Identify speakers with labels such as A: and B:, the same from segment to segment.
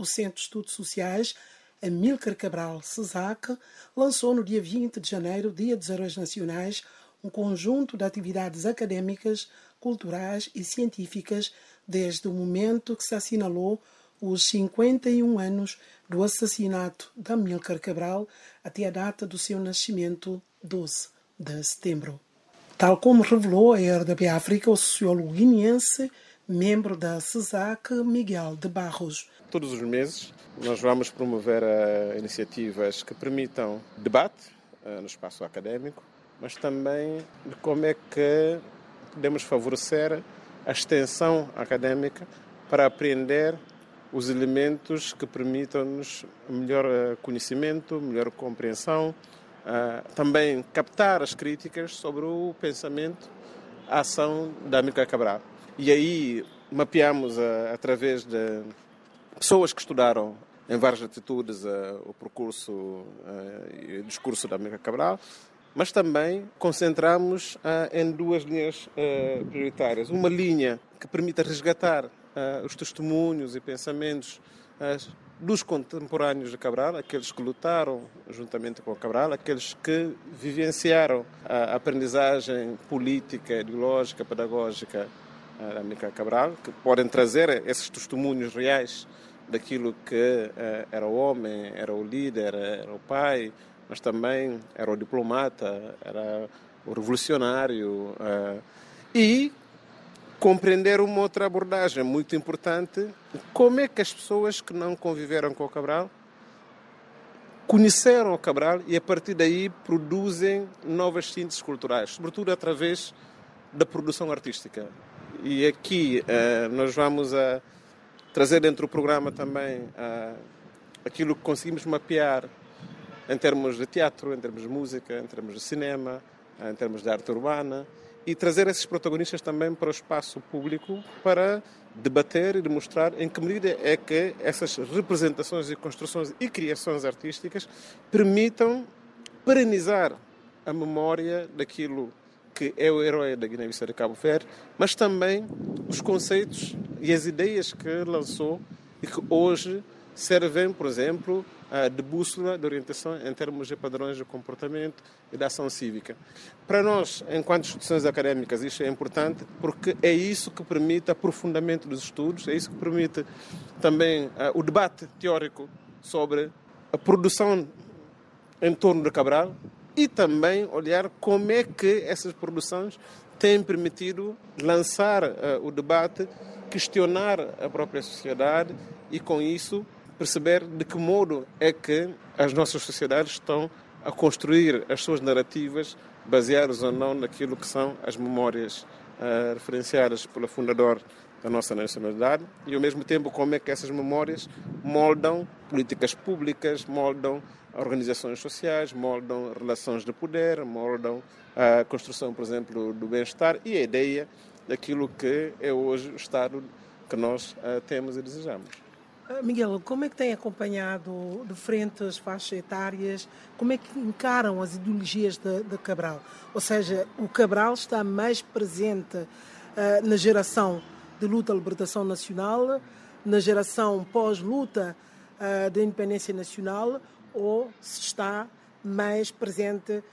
A: o Centro de Estudos Sociais Amílcar Cabral CESAC lançou no dia 20 de janeiro, Dia dos Heróis Nacionais, um conjunto de atividades académicas, culturais e científicas desde o momento que se assinalou os 51 anos do assassinato de Amílcar Cabral até a data do seu nascimento, 12 de setembro. Tal como revelou a RDP África o sociólogo guineense, membro da CESAC, Miguel de Barros.
B: Todos os meses nós vamos promover iniciativas que permitam debate no espaço académico, mas também de como é que podemos favorecer a extensão académica para aprender os elementos que permitam-nos melhor conhecimento, melhor compreensão, também captar as críticas sobre o pensamento, a ação da Amílcar Cabral. E aí mapeamos, através de pessoas que estudaram em várias latitudes o percurso e o discurso da Amílcar Cabral, mas também concentramos em duas linhas prioritárias. Uma linha que permita resgatar os testemunhos e pensamentos dos contemporâneos de Cabral, aqueles que lutaram juntamente com Cabral, aqueles que vivenciaram a aprendizagem política, ideológica, pedagógica da Amílcar Cabral, que podem trazer esses testemunhos reais daquilo que era o homem, era o líder, era o pai, mas também era o diplomata, era o revolucionário, e compreender uma outra abordagem muito importante, como é que as pessoas que não conviveram com o Cabral conheceram o Cabral e a partir daí produzem novas sínteses culturais, sobretudo através da produção artística. E aqui nós vamos trazer dentro do programa também aquilo que conseguimos mapear em termos de teatro, em termos de música, em termos de cinema, em termos de arte urbana, e trazer esses protagonistas também para o espaço público para debater e demonstrar em que medida é que essas representações e construções e criações artísticas permitam perenizar a memória daquilo que é o herói da Guiné-Bissau de Cabo Verde, mas também os conceitos e as ideias que lançou e que hoje servem, por exemplo, de bússola de orientação em termos de padrões de comportamento e de ação cívica. Para nós, enquanto instituições académicas, isso é importante porque é isso que permite aprofundamento dos estudos, é isso que permite também o debate teórico sobre a produção em torno de Cabral e também olhar como é que essas produções têm permitido lançar o debate, questionar a própria sociedade e, com isso, perceber de que modo é que as nossas sociedades estão a construir as suas narrativas baseadas ou não naquilo que são as memórias referenciadas pelo fundador da nossa nacionalidade e, ao mesmo tempo, como é que essas memórias moldam políticas públicas, moldam organizações sociais, moldam relações de poder, moldam a construção, por exemplo, do bem-estar e a ideia daquilo que é hoje o Estado que nós temos e desejamos.
A: Miguel, como é que tem acompanhado diferentes faixas etárias, como é que encaram as ideologias de Cabral? Ou seja, o Cabral está mais presente na geração de luta à libertação nacional, na geração pós-luta da independência nacional, ou se está mais presente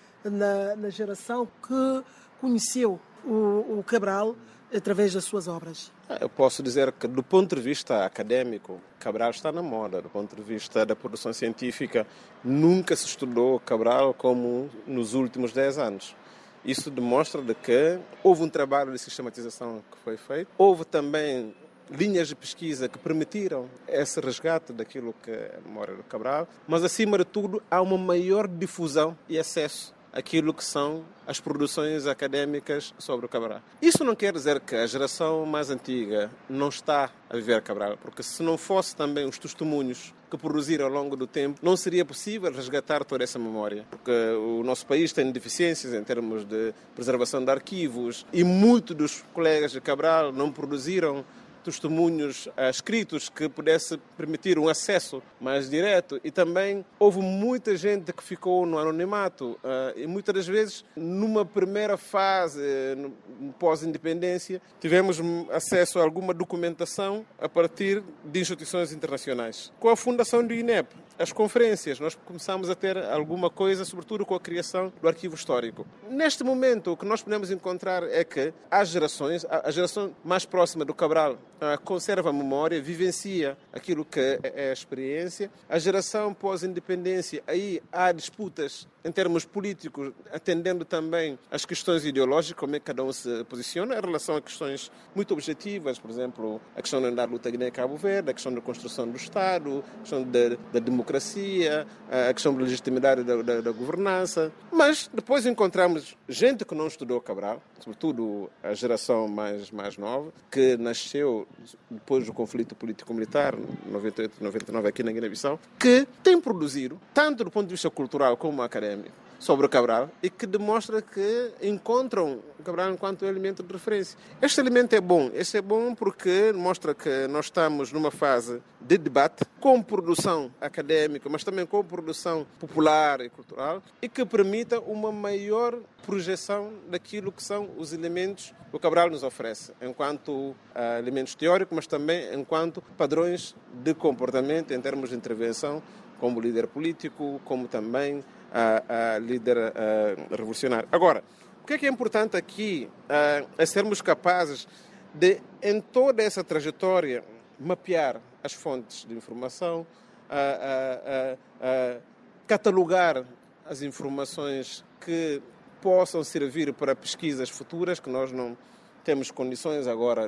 A: na geração que conheceu o Cabral através das suas obras?
B: Eu posso dizer que, do ponto de vista académico, Cabral está na moda. Do ponto de vista da produção científica, nunca se estudou Cabral como nos últimos 10 anos. Isso demonstra de que houve um trabalho de sistematização que foi feito. Houve também linhas de pesquisa que permitiram esse resgate daquilo que é a memória do Cabral. Mas, acima de tudo, há uma maior difusão e acesso aquilo que são as produções académicas sobre o Cabral. Isso não quer dizer que a geração mais antiga não está a viver Cabral, porque se não fosse também os testemunhos que produziram ao longo do tempo, não seria possível resgatar toda essa memória, porque o nosso país tem deficiências em termos de preservação de arquivos e muitos dos colegas de Cabral não produziram testemunhos escritos que pudesse permitir um acesso mais direto, e também houve muita gente que ficou no anonimato e muitas das vezes numa primeira fase pós-independência tivemos acesso a alguma documentação a partir de instituições internacionais. Com a fundação do INEP, as conferências, nós começamos a ter alguma coisa, sobretudo com a criação do arquivo histórico. Neste momento, o que nós podemos encontrar é que a geração mais próxima do Cabral conserva a memória, vivencia aquilo que é a experiência. A geração pós-independência, aí há disputas em termos políticos, atendendo também às questões ideológicas, como é que cada um se posiciona em relação a questões muito objetivas, por exemplo, a questão da luta Guiné-Cabo Verde, a questão da construção do Estado, a questão da democracia, a questão da legitimidade da governança. Mas depois encontramos gente que não estudou Cabral, sobretudo a geração mais nova, que nasceu depois do conflito político-militar, 98, 99, aqui na Guiné-Bissau, que tem produzido, tanto do ponto de vista cultural como académico, sobre o Cabral, e que demonstra que encontram o Cabral enquanto elemento de referência. Este elemento é bom. Este é bom porque mostra que nós estamos numa fase de debate com produção académica, mas também com produção popular e cultural, e que permita uma maior projeção daquilo que são os elementos que o Cabral nos oferece, enquanto elementos teóricos, mas também enquanto padrões de comportamento em termos de intervenção, como líder político, como também a líder revolucionário. Agora, o que é importante aqui é sermos capazes de, em toda essa trajetória, mapear as fontes de informação, catalogar as informações que possam servir para pesquisas futuras, que nós não temos condições agora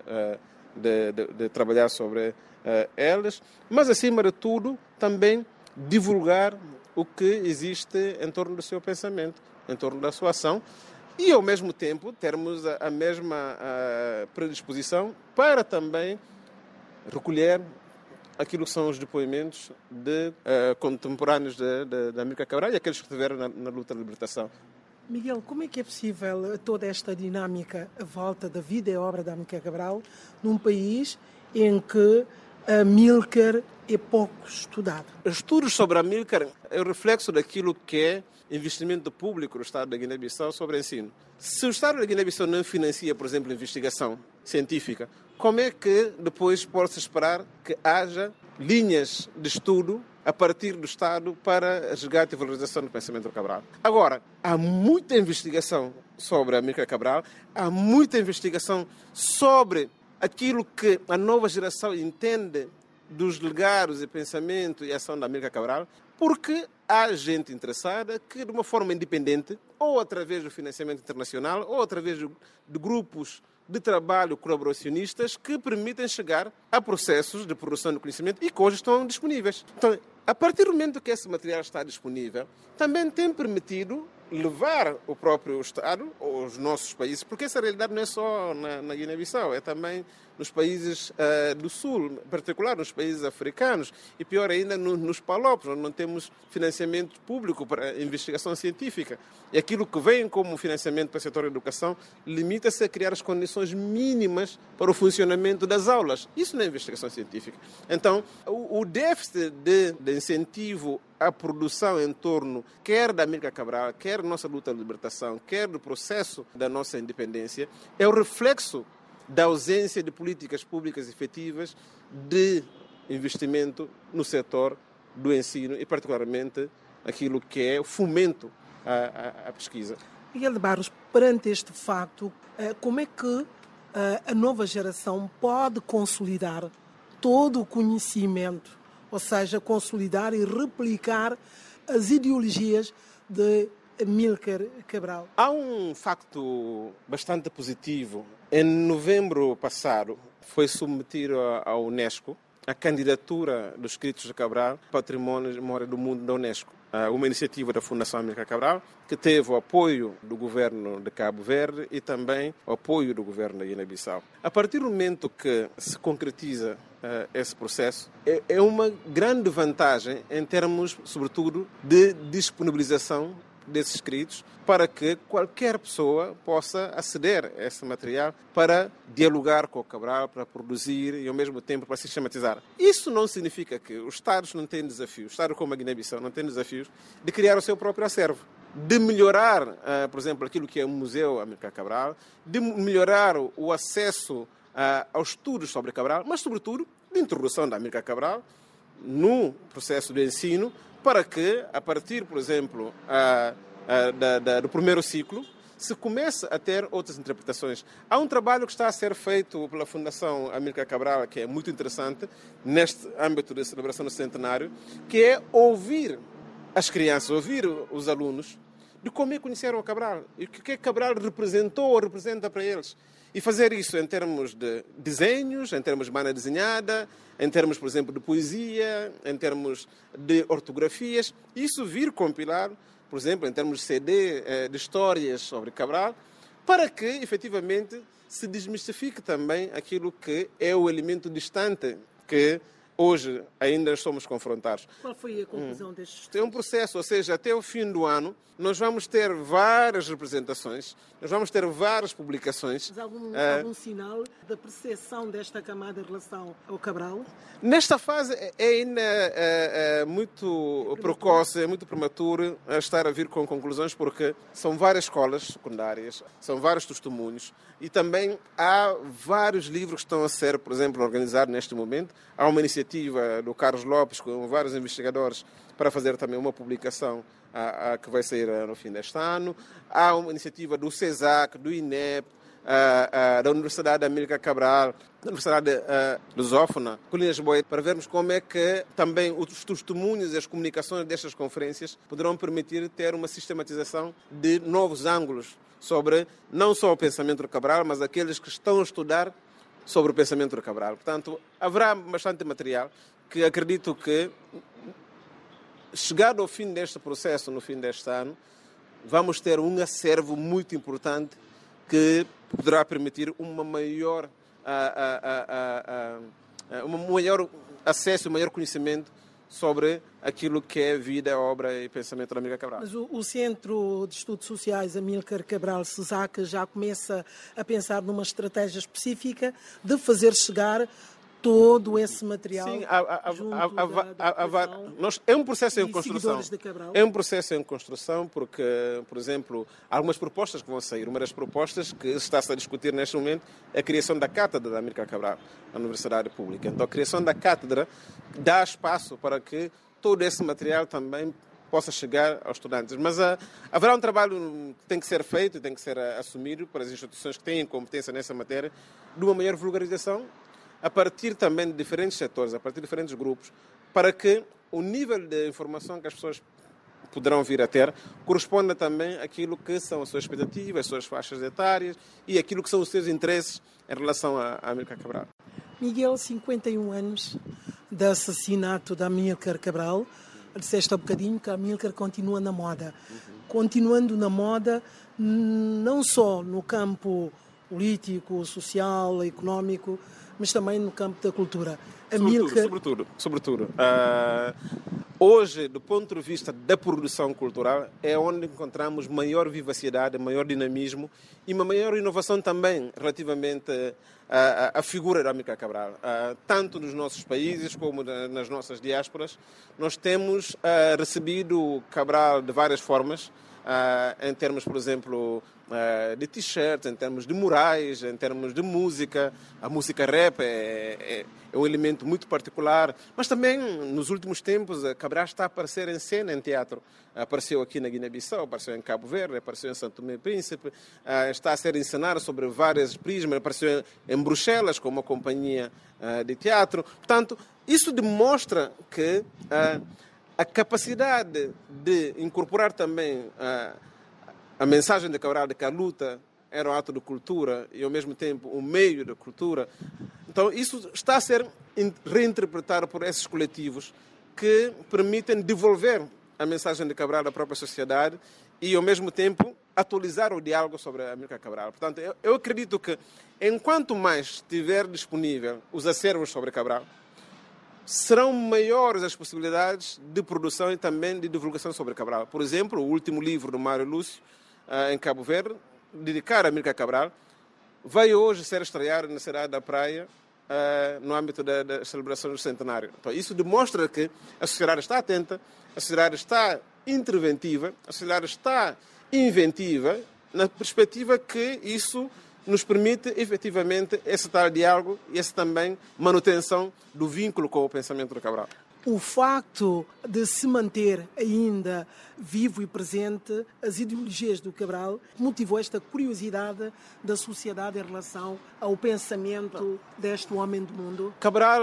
B: de trabalhar sobre elas, mas, acima de tudo, também divulgar o que existe em torno do seu pensamento, em torno da sua ação, e, ao mesmo tempo, termos a mesma predisposição para também recolher aquilo que são os depoimentos de contemporâneos de Amílcar Cabral e aqueles que estiveram na luta de libertação.
A: Miguel, como é que é possível toda esta dinâmica à volta da vida e obra de Amílcar Cabral num país em que Amílcar é pouco estudado?
B: Estudos sobre Amílcar é o reflexo daquilo que é investimento público do Estado da Guiné-Bissau sobre ensino. Se o Estado da Guiné-Bissau não financia, por exemplo, investigação científica, como é que depois pode-se esperar que haja linhas de estudo a partir do Estado para a resgate e valorização do pensamento do Cabral? Agora, há muita investigação sobre Amílcar Cabral, há muita investigação sobre aquilo que a nova geração entende dos legados e pensamento e ação da Amílcar Cabral, porque há gente interessada que, de uma forma independente, ou através do financiamento internacional, ou através de grupos de trabalho colaboracionistas, que permitem chegar a processos de produção de conhecimento e que hoje estão disponíveis. Então, a partir do momento que esse material está disponível, também tem permitido levar o próprio Estado, ou os nossos países, porque essa realidade não é só na Guiné-Bissau, é também nos países do Sul, em particular nos países africanos, e pior ainda nos PALOPs, onde não temos financiamento público para investigação científica. E aquilo que vem como financiamento para o setor da educação limita-se a criar as condições mínimas para o funcionamento das aulas. Isso não é investigação científica. Então, o déficit de incentivo à produção em torno, quer da Amílcar Cabral, quer da nossa luta de libertação, quer do processo da nossa independência, é o reflexo da ausência de políticas públicas efetivas de investimento no setor do ensino e, particularmente, aquilo que é o fomento à pesquisa.
A: Miguel de Barros, perante este facto, como é que a nova geração pode consolidar todo o conhecimento, ou seja, consolidar e replicar as ideologias de Amílcar Cabral?
B: Há um facto bastante positivo. Em novembro passado, foi submetido à Unesco a candidatura dos escritos de Cabral, Patrimônio de Memória do Mundo da Unesco. Uma iniciativa da Fundação Amílcar Cabral, que teve o apoio do governo de Cabo Verde e também o apoio do governo da Guiné-Bissau. A partir do momento que se concretiza esse processo, é uma grande vantagem em termos, sobretudo, de disponibilização desses escritos para que qualquer pessoa possa aceder a esse material para dialogar com o Cabral, para produzir e ao mesmo tempo para sistematizar. Isso não significa que os Estados não têm desafios, o Estado como a Guiné-Bissau não tem desafios de criar o seu próprio acervo, de melhorar, por exemplo, aquilo que é o Museu Amílcar Cabral, de melhorar o acesso aos estudos sobre Cabral, mas sobretudo de introdução da Amílcar Cabral no processo de ensino, para que, a partir, por exemplo, do primeiro ciclo, se comece a ter outras interpretações. Há um trabalho que está a ser feito pela Fundação Amílcar Cabral, que é muito interessante, neste âmbito da celebração do centenário, que é ouvir as crianças, ouvir os alunos, de como é que conheceram o Cabral e o que Cabral representou ou representa para eles. E fazer isso em termos de desenhos, em termos de banda desenhada, em termos, por exemplo, de poesia, em termos de ortografias. Isso vir compilar, por exemplo, em termos de CD, de histórias sobre Cabral, para que, efetivamente, se desmistifique também aquilo que é o elemento distante que hoje ainda somos confrontados.
A: Qual foi a conclusão destes estudos?
B: É um processo, ou seja, até o fim do ano, nós vamos ter várias representações, nós vamos ter várias publicações.
A: Mas algum sinal da percepção desta camada em relação ao Cabral?
B: Nesta fase é ainda muito precoce, é muito prematuro estar a vir com conclusões, porque são várias escolas secundárias, são vários testemunhos e também há vários livros que estão a ser, por exemplo, organizados neste momento. Há uma iniciativa do Carlos Lopes com vários investigadores para fazer também uma publicação que vai sair no fim deste ano. Há uma iniciativa do CESAC, do INEP, da Universidade Amílcar Cabral, da Universidade Lusófona, Colinas Boé, para vermos como é que também os testemunhos e as comunicações destas conferências poderão permitir ter uma sistematização de novos ângulos sobre não só o pensamento de Cabral, mas aqueles que estão a estudar sobre o pensamento de Cabral. Portanto, haverá bastante material que acredito que, chegado ao fim deste processo, no fim deste ano, vamos ter um acervo muito importante que poderá permitir um maior acesso, um maior conhecimento sobre aquilo que é vida, obra e pensamento da Amílcar Cabral.
A: Mas o Centro de Estudos Sociais Amílcar Cabral CESAC já começa a pensar numa estratégia específica de fazer chegar todo esse material.
B: Sim, é um processo em construção. É um processo em construção porque, por exemplo, há algumas propostas que vão sair. Uma das propostas que está-se a discutir neste momento é a criação da Cátedra da Amílcar Cabral na Universidade Pública. Então, a criação da Cátedra dá espaço para que todo esse material também possa chegar aos estudantes. Mas haverá um trabalho que tem que ser feito e tem que ser assumido para as instituições que têm competência nessa matéria de uma maior vulgarização a partir também de diferentes setores, a partir de diferentes grupos, para que o nível de informação que as pessoas poderão vir a ter corresponda também àquilo que são as suas expectativas, as suas faixas etárias e aquilo que são os seus interesses em relação à Amílcar Cabral.
A: Miguel, 51 anos de assassinato da Amílcar Cabral. Disseste há bocadinho que a Amílcar continua na moda. Continuando na moda, não só no campo político, social, económico, mas também no campo da cultura.
B: Sobretudo. Hoje, do ponto de vista da produção cultural, é onde encontramos maior vivacidade, maior dinamismo e uma maior inovação também relativamente à figura da Amílcar Cabral. Tanto nos nossos países como nas nossas diásporas, nós temos recebido Cabral de várias formas, em termos, por exemplo, de t-shirts, em termos de murais, em termos de música. A música rap é um elemento muito particular, mas também nos últimos tempos Cabral está a aparecer em cena, em teatro. Apareceu aqui na Guiné-Bissau, apareceu em Cabo Verde, apareceu em Santo Tomé e Príncipe, está a ser encenado sobre várias prismas, apareceu em Bruxelas com uma companhia de teatro. Portanto, isso demonstra que a capacidade de incorporar também a mensagem de Cabral de que a luta era um ato de cultura e, ao mesmo tempo, um meio de cultura. Então, isso está a ser reinterpretado por esses coletivos que permitem devolver a mensagem de Cabral à própria sociedade e, ao mesmo tempo, atualizar o diálogo sobre a Amílcar Cabral. Portanto, eu acredito que, enquanto mais estiver disponível os acervos sobre Cabral, serão maiores as possibilidades de produção e também de divulgação sobre Cabral. Por exemplo, o último livro do Mário Lúcio, em Cabo Verde, dedicado a Amílcar Cabral, vai hoje ser estreado na cidade da Praia, no âmbito da celebração do centenário. Então, isso demonstra que a sociedade está atenta, a sociedade está interventiva, a sociedade está inventiva, na perspectiva que isso nos permite, efetivamente, esse tal diálogo e essa também manutenção do vínculo com o pensamento de Cabral.
A: O facto de se manter ainda vivo e presente as ideologias do Cabral motivou esta curiosidade da sociedade em relação ao pensamento deste homem do mundo?
B: Cabral,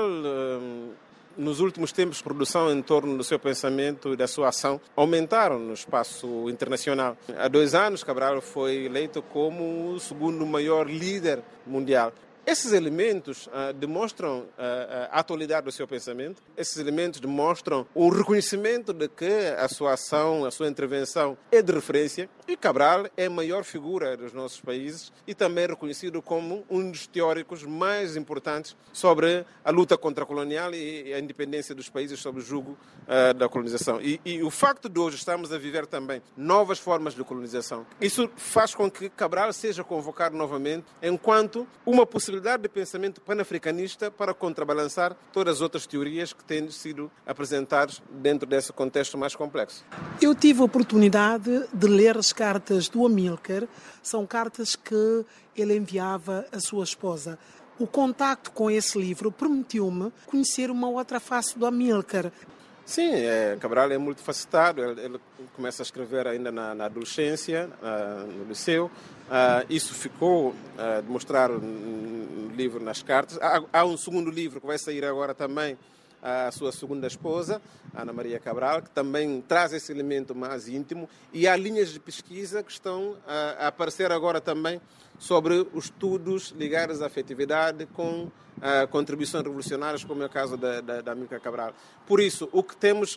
B: nos últimos tempos, a produção em torno do seu pensamento e da sua ação aumentaram no espaço internacional. Há 2 anos, Cabral foi eleito como o segundo maior líder mundial. Esses elementos demonstram a atualidade do seu pensamento, esses elementos demonstram o reconhecimento de que a sua ação, a sua intervenção é de referência, e Cabral é a maior figura dos nossos países e também reconhecido como um dos teóricos mais importantes sobre a luta contra a colonial e a independência dos países sob o jugo da colonização. E o facto de hoje estarmos a viver também novas formas de colonização, isso faz com que Cabral seja convocado novamente enquanto uma possibilidade de pensamento panafricanista para contrabalançar todas as outras teorias que têm sido apresentadas dentro desse contexto mais complexo.
A: Eu tive a oportunidade de ler as cartas do Amílcar. São cartas que ele enviava à sua esposa. O contacto com esse livro permitiu-me conhecer uma outra face do Amílcar.
B: Sim, Cabral é multifacetado. Ele começa a escrever ainda na adolescência, no liceu. Isso ficou de mostrar no livro, nas cartas. Há um segundo livro que vai sair agora também, a sua segunda esposa, Ana Maria Cabral, que também traz esse elemento mais íntimo. E há linhas de pesquisa que estão a aparecer agora também sobre os estudos ligados à afetividade com contribuições revolucionárias, como é o caso da Amílcar Cabral. Por isso, o que temos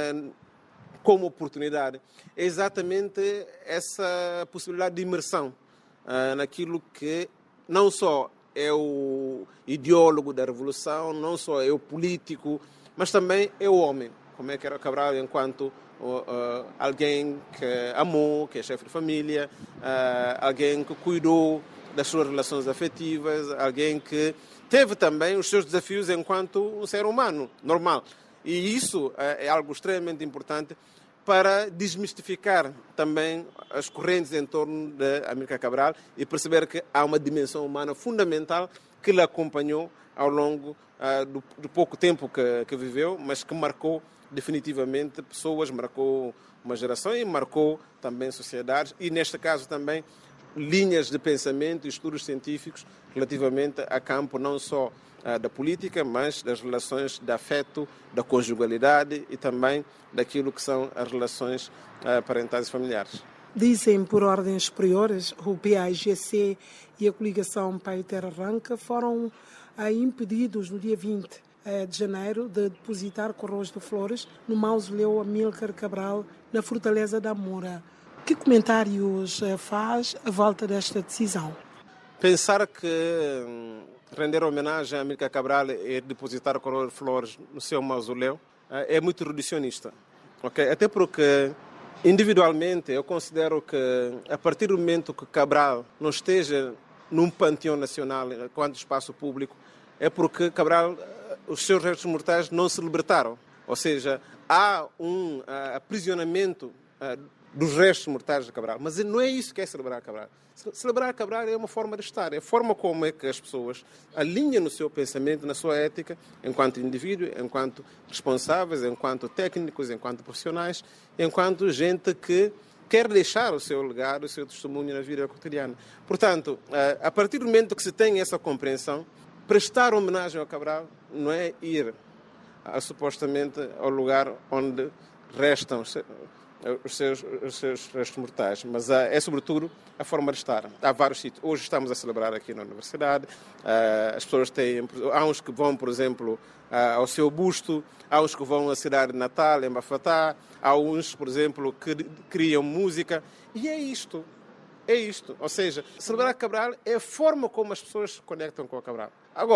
B: como oportunidade é exatamente essa possibilidade de imersão naquilo que não só é o ideólogo da revolução, não só é o político, mas também é o homem, como é que era Cabral enquanto alguém que amou, que é chefe de família, alguém que cuidou das suas relações afetivas, alguém que teve também os seus desafios enquanto um ser humano normal. E isso é algo extremamente importante para desmistificar também as correntes em torno de Amílcar Cabral e perceber que há uma dimensão humana fundamental que lhe acompanhou ao longo do pouco tempo que viveu, mas que marcou definitivamente pessoas, marcou uma geração e marcou também sociedades e, neste caso, também linhas de pensamento e estudos científicos relativamente a campo não só da política, mas das relações de afeto, da conjugalidade e também daquilo que são as relações parentais e familiares.
A: Dizem por ordens superiores, o PAIGC e a coligação Pai Terra Arranca foram impedidos no dia 20 de janeiro de depositar corroos de flores no mausoléu Amílcar Cabral na Fortaleza da Moura. Que comentários faz à volta desta decisão?
B: Pensar que render homenagem a Amílcar Cabral e depositar corroos de flores no seu mausoléu é muito reducionista. Okay? Até porque, individualmente, eu considero que a partir do momento que Cabral não esteja num panteão nacional, enquanto espaço público, é porque Cabral, os seus restos mortais não se libertaram. Ou seja, há um aprisionamento dos restos mortais de Cabral. Mas não é isso que é celebrar Cabral. Celebrar Cabral é uma forma de estar, é a forma como é que as pessoas alinham no seu pensamento, na sua ética, enquanto indivíduo, enquanto responsáveis, enquanto técnicos, enquanto profissionais, enquanto gente que quer deixar o seu legado, o seu testemunho na vida cotidiana. Portanto, a partir do momento que se tem essa compreensão, prestar homenagem ao Cabral não é ir supostamente ao lugar onde restam os seus restos mortais, mas é sobretudo a forma de estar. Há vários sítios. Hoje estamos a celebrar aqui na universidade, as pessoas têm, há uns que vão, por exemplo, ao seu busto, há uns que vão à cidade de Natal, em Bafatá, há uns, por exemplo, que criam música, e é isto. É isto. Ou seja, celebrar Cabral é a forma como as pessoas se conectam com o Cabral. Agora,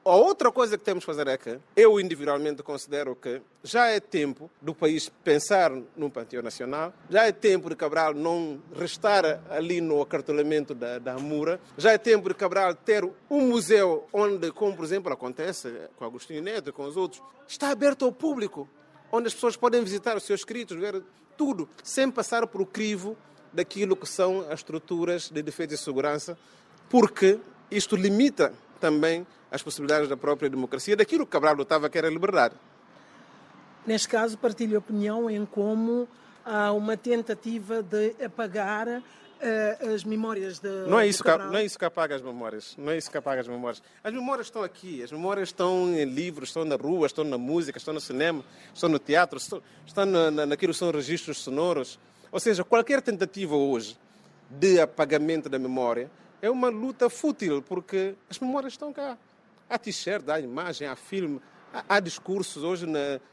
B: A outra coisa que temos que fazer é que eu individualmente considero que já é tempo do país pensar no Panteão Nacional, já é tempo de Cabral não restar ali no acartolamento da Amura, já é tempo de Cabral ter um museu onde, como por exemplo acontece com Agostinho Neto e com os outros, está aberto ao público, onde as pessoas podem visitar os seus escritos, ver tudo, sem passar por o crivo daquilo que são as estruturas de defesa e segurança, porque isto limita também as possibilidades da própria democracia, daquilo que Cabral lutava, que era a liberdade.
A: Neste caso, partilho a opinião em como há uma tentativa de apagar as memórias de
B: Não é isso
A: que
B: apaga as memórias. As memórias estão aqui, as memórias estão em livros, estão na rua, estão na música, estão no cinema, estão no teatro, estão naquilo que são registros sonoros. Ou seja, qualquer tentativa hoje de apagamento da memória é uma luta fútil, porque as memórias estão cá. Há t-shirt, há imagem, há filme, há discursos. Hoje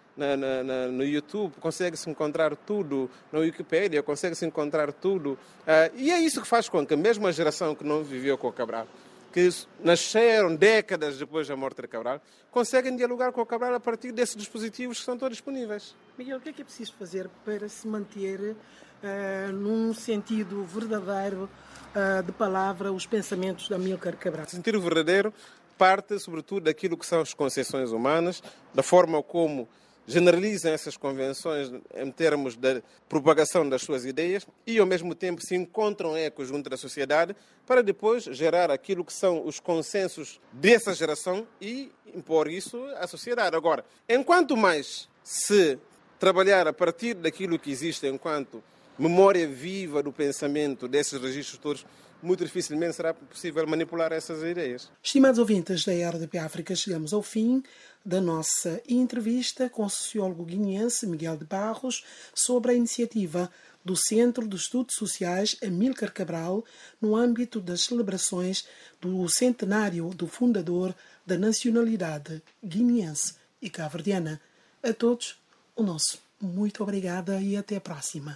B: no YouTube consegue-se encontrar tudo, na Wikipédia consegue-se encontrar tudo. E é isso que faz com que mesmo a geração que não viveu com o Cabral, que nasceram décadas depois da morte de Cabral, conseguem dialogar com o Cabral a partir desses dispositivos que são todos disponíveis.
A: Miguel, o que é preciso fazer para se manter num sentido verdadeiro de palavra os pensamentos de Amílcar Cabral?
B: O sentido verdadeiro parte, sobretudo, daquilo que são as concepções humanas, da forma como generalizam essas convenções em termos da propagação das suas ideias e, ao mesmo tempo, se encontram ecos junto da sociedade para depois gerar aquilo que são os consensos dessa geração e impor isso à sociedade. Agora, enquanto mais se trabalhar a partir daquilo que existe enquanto memória viva do pensamento desses registros todos, muito dificilmente será possível manipular essas ideias.
A: Estimados ouvintes da RDP África, chegamos ao fim da nossa entrevista com o sociólogo guineense Miguel de Barros sobre a iniciativa do Centro de Estudos Sociais Amílcar Cabral no âmbito das celebrações do centenário do fundador da nacionalidade guineense e cabo-verdiana. A todos, o nosso muito obrigada e até a próxima.